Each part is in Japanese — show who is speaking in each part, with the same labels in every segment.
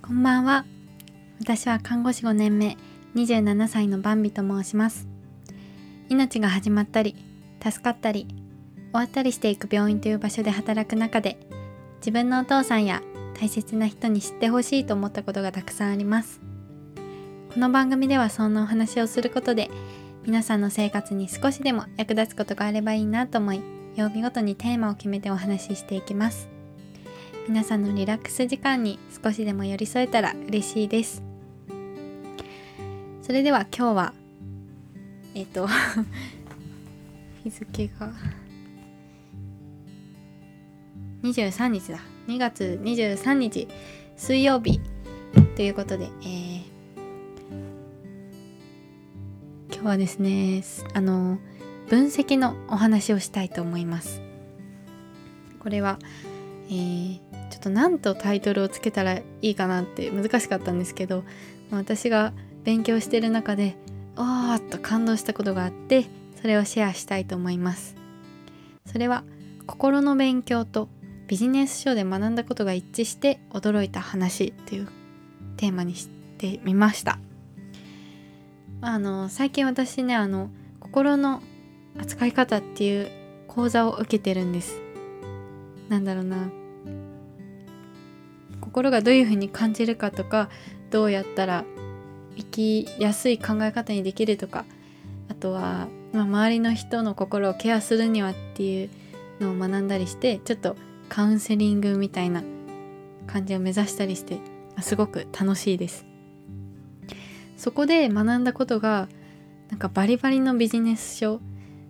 Speaker 1: こんばんは。私は看護師5年目、27歳のバンビと申します。命が始まったり、助かったり、終わったりしていく病院という場所で働く中で、自分のお父さんや大切な人に知ってほしいと思ったことがたくさんあります。この番組ではそんなお話をすることで、皆さんの生活に少しでも役立つことがあればいいなと思い、曜日ごとにテーマを決めてお話ししていきます。皆さんのリラックス時間に少しでも寄り添えたら嬉しいです。それでは今日は日付が23日だ。2月23日水曜日ということで、今日はですね、分析のお話をしたいと思います。これは、ちょっと何とタイトルをつけたらいいかなって難しかったんですけど、私が勉強している中であーっと感動したことがあって、それをシェアしたいと思います。それは心の勉強とビジネス書で学んだことが一致して驚いた話というテーマにしてみました。最近私ね、心の扱い方っていう講座を受けてるんです。心がどういうふうに感じるかとか、どうやったら生きやすい考え方にできるとか、あとは、周りの人の心をケアするにはっていうのを学んだりして、ちょっとカウンセリングみたいな感じを目指したりして、すごく楽しいです。そこで学んだことがバリバリのビジネス書、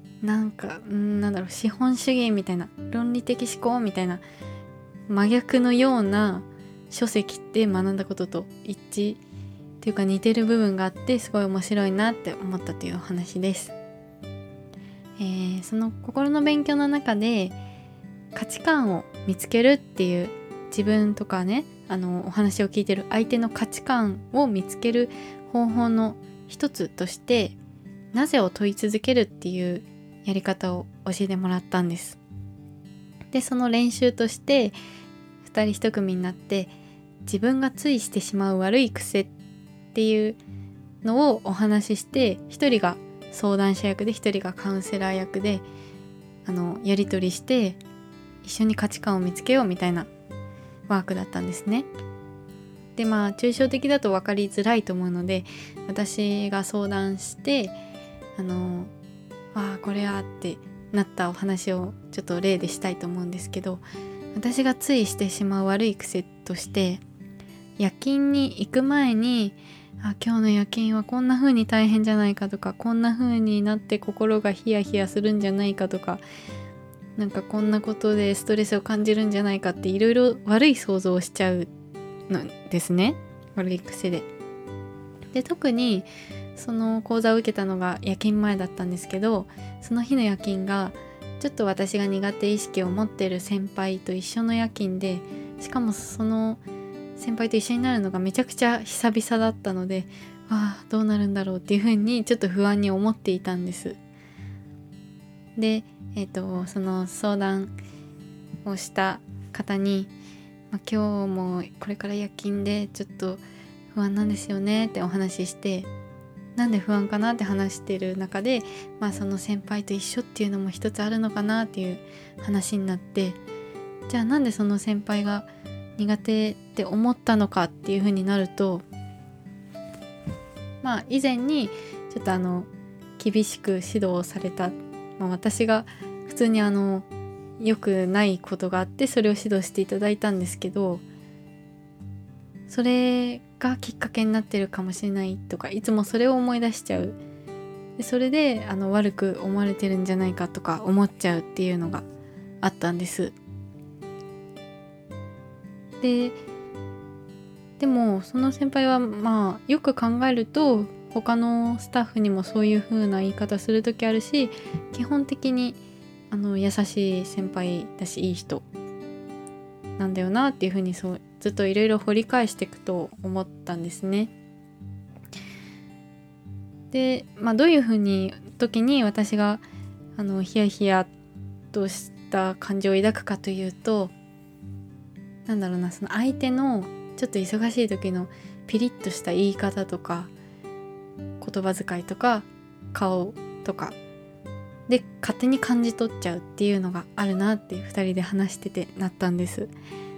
Speaker 1: 資本主義みたいな、論理的思考みたいな真逆のような書籍って学んだことと一致っていうか似てる部分があって、すごい面白いなって思ったというお話です。その心の勉強の中で価値観を見つけるっていう、自分とかね、お話を聞いてる相手の価値観を見つける方法の一つとして、なぜを問い続けるっていうやり方を教えてもらったんです。で、その練習として2人1組になって、自分がついしてしまう悪い癖っていうのをお話しして、1人が相談者役で1人がカウンセラー役でやり取りして一緒に価値観を見つけようみたいなワークだったんですね。で、抽象的だと分かりづらいと思うので、私が相談してこれはってなったお話をちょっと例でしたいと思うんですけど、私がついしてしまう悪い癖として、夜勤に行く前に今日の夜勤はこんな風に大変じゃないかとか、こんな風になって心がヒヤヒヤするんじゃないかとか、こんなことでストレスを感じるんじゃないかって、いろいろ悪い想像をしちゃうのですね。悪い癖で。で、特にその講座を受けたのが夜勤前だったんですけど、その日の夜勤がちょっと私が苦手意識を持っている先輩と一緒の夜勤で、しかもその先輩と一緒になるのがめちゃくちゃ久々だったので、どうなるんだろうっていうふうにちょっと不安に思っていたんです。で、その相談をした方に、今日もこれから夜勤でちょっと不安なんですよねってお話しして、なんで不安かなって話してる中で、その先輩と一緒っていうのも一つあるのかなっていう話になって、じゃあなんでその先輩が苦手って思ったのかっていう風になると、以前にちょっと厳しく指導をされた、私が普通に良くないことがあって、それを指導していただいたんですけど、それがきっかけになってるかもしれないとか、いつもそれを思い出しちゃう。で、それで悪く思われてるんじゃないかとか思っちゃうっていうのがあったんです。でもその先輩はよく考えると、他のスタッフにもそういう風な言い方する時あるし、基本的に優しい先輩だし、いい人なんだよなっていう風に、ずっといろいろ掘り返していくと思ったんですね。で、どういう風に時に私がヒヤヒヤとした感情を抱くかというと、その相手のちょっと忙しい時のピリッとした言い方とか言葉遣いとか顔とかで勝手に感じ取っちゃうっていうのがあるなって2人で話しててなったんです。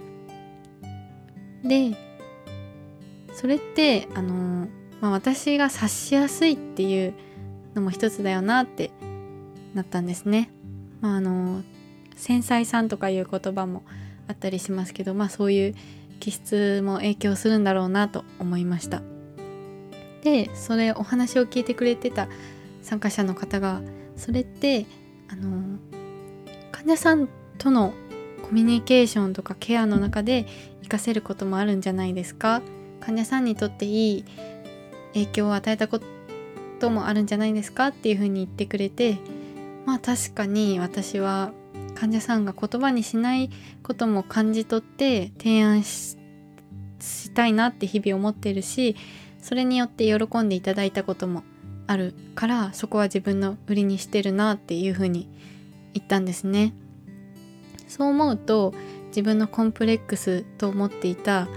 Speaker 1: でそれって私が察しやすいっていうのも一つだよなってなったんですね。繊細さんとかいう言葉もあったりしますけど、そういう気質も影響するんだろうなと思いました。でそれお話を聞いてくれてた参加者の方が、それって患者さんとのコミュニケーションとかケアの中で活かせることもあるんじゃないですか。患者さんにとっていい影響を与えたこともあるんじゃないですかっていうふうに言ってくれて、確かに私は患者さんが言葉にしないことも感じ取って提案したいなって日々思ってるし、それによって喜んでいただいたこともあるから、そこは自分の売りにしてるなっていうふうに言ったんですね。そう思うと自分のコンプレックスと思っていた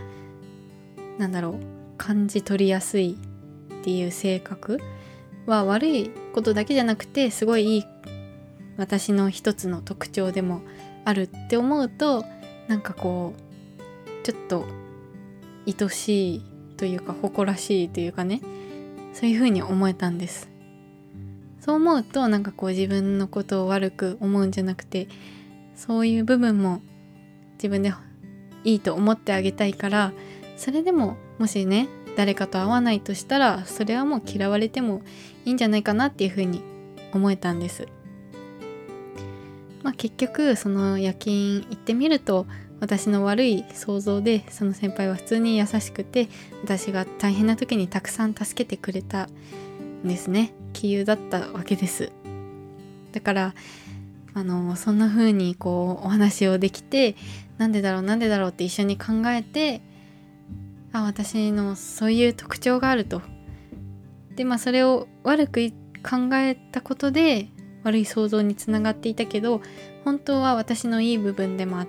Speaker 1: 感じ取りやすいっていう性格は悪いことだけじゃなくて、すごいいい私の一つの特徴でもあるって思うと、ちょっと愛しいというか誇らしいというかね、そういう風に思えたんです。そう思うと自分のことを悪く思うんじゃなくて、そういう部分も自分でいいと思ってあげたいから、それでももしね誰かと会わないとしたら、それはもう嫌われてもいいんじゃないかなっていう風に思えたんです。結局その夜勤行ってみると、私の悪い想像でその先輩は普通に優しくて、私が大変な時にたくさん助けてくれたんですね。杞憂だったわけです。だからそんな風にお話をできて、なんでだろうって一緒に考えて、私のそういう特徴があると。でそれを悪く考えたことで悪い想像につながっていたけど、本当は私のいい部分でもあって、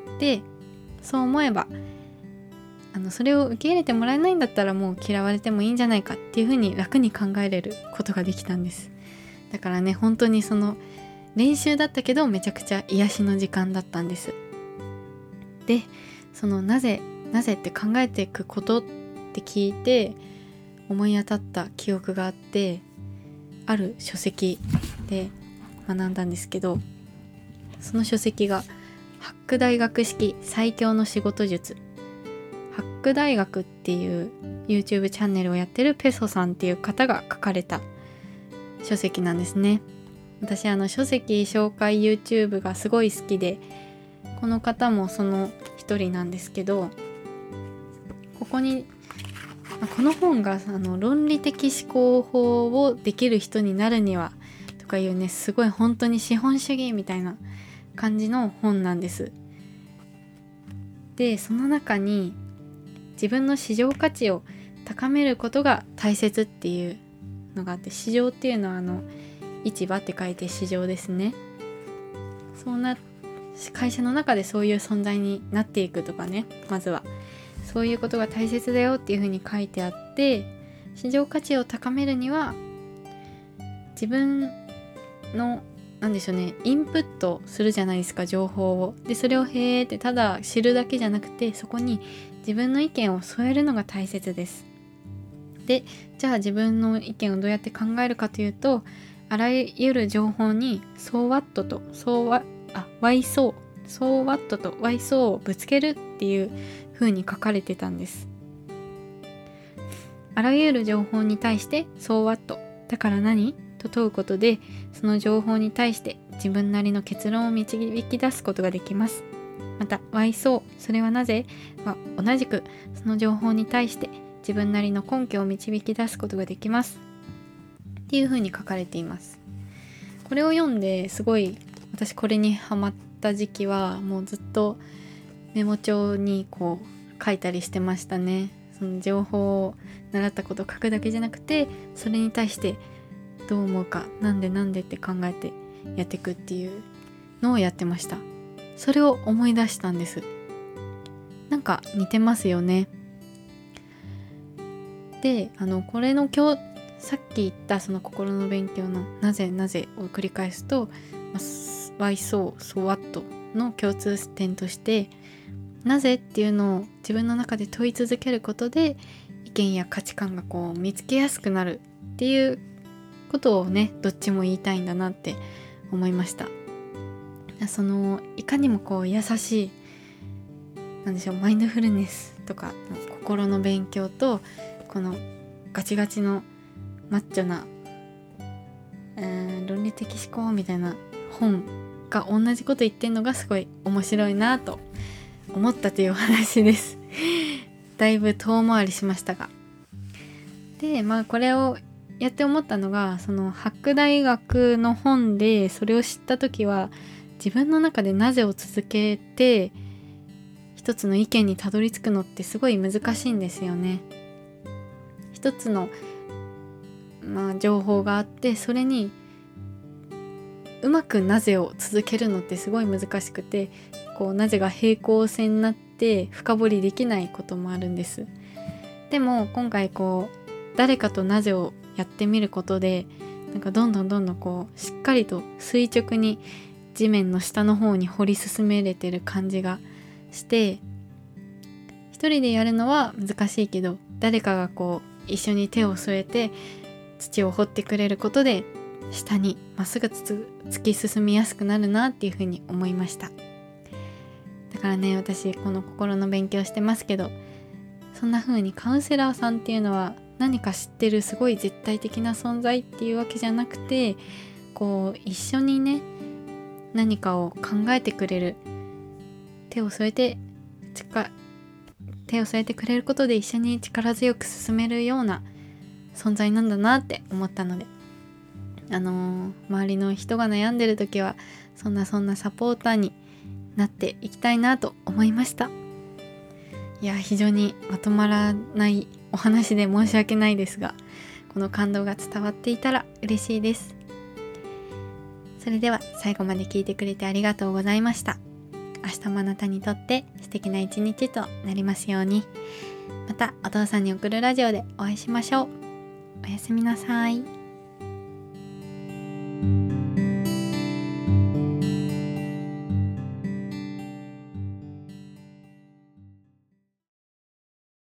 Speaker 1: そう思えばそれを受け入れてもらえないんだったら、もう嫌われてもいいんじゃないかっていうふうに楽に考えれることができたんです。だからね、本当にその練習だったけどめちゃくちゃ癒しの時間だったんです。でそのなぜって考えていくことって聞いて思い当たった記憶があって、ある書籍で学んだんですけど、その書籍がハック大学式最強の仕事術。ハック大学っていう YouTube チャンネルをやってるペソさんっていう方が書かれた書籍なんですね。私書籍紹介 YouTube がすごい好きで、この方もその一人なんですけど、この本が論理的思考法をできる人になるにはとかいうね、すごい本当に資本主義みたいな感じの本なんです。でその中に自分の市場価値を高めることが大切っていうのがあって、市場っていうのは市場って書いて市場ですね。そんな会社の中でそういう存在になっていくとかね、まずはそういうことが大切だよっていうふうに書いてあって、市場価値を高めるには自分のインプットするじゃないですか、情報を。でそれをへーってただ知るだけじゃなくて、そこに自分の意見を添えるのが大切です。でじゃあ自分の意見をどうやって考えるかというと、あらゆる情報にSo what とWhy So what と Why So をぶつけるっていう風に書かれてたんです。あらゆる情報に対して So what だから何と問うことで、その情報に対して自分なりの結論を導き出すことができます。また Why So それはなぜは同じくその情報に対して自分なりの根拠を導き出すことができますっていう風に書かれています。これを読んですごい私これにハマった時期は、もうずっとメモ帳に書いたりしてましたね。その情報を習ったことを書くだけじゃなくて、それに対してどう思うか、なんでって考えてやっていくっていうのをやってました。それを思い出したんです。似てますよね。 でこれのさっき言ったその心の勉強のなぜなぜを繰り返すと、Why so, so what の共通点として、なぜっていうのを自分の中で問い続けることで意見や価値観がこう見つけやすくなるっていうことをね、どっちも言いたいんだなって思いました。そのいかにもこう優しいなんでしょう、マインドフルネスとか心の勉強とこのガチガチのマッチョな論理的思考みたいな本が同じこと言ってんのがすごい面白いなと思ったというお話ですだいぶ遠回りしましたが、でこれをやって思ったのが、そのハック大学の本でそれを知った時は、自分の中でなぜを続けて一つの意見にたどり着くのってすごい難しいんですよね。一つの情報があって、それにうまくなぜを続けるのってすごい難しくて、こうなぜが平行線になって深掘りできないこともあるんです。でも今回こう誰かとなぜをやってみることで、なんかどんどんこうしっかりと垂直に地面の下の方に掘り進めれてる感じがして、一人でやるのは難しいけど、誰かがこう一緒に手を添えて土を掘ってくれることで下にまっすぐ突き進みやすくなるなっていうふうに思いました。だからね、私この心の勉強してますけど、そんな風にカウンセラーさんっていうのは何か知ってるすごい絶対的な存在っていうわけじゃなくて、こう一緒にね何かを考えてくれる、手を添えてくれることで一緒に力強く進めるような存在なんだなって思ったので、周りの人が悩んでる時はそんなサポーターになっていきたいなと思いました。いや、非常にまとまらないお話で申し訳ないですが、この感動が伝わっていたら嬉しいです。それでは最後まで聞いてくれてありがとうございました。明日もあなたにとって素敵な一日となりますように。またお父さんに送るラジオでお会いしましょう。おやすみなさい。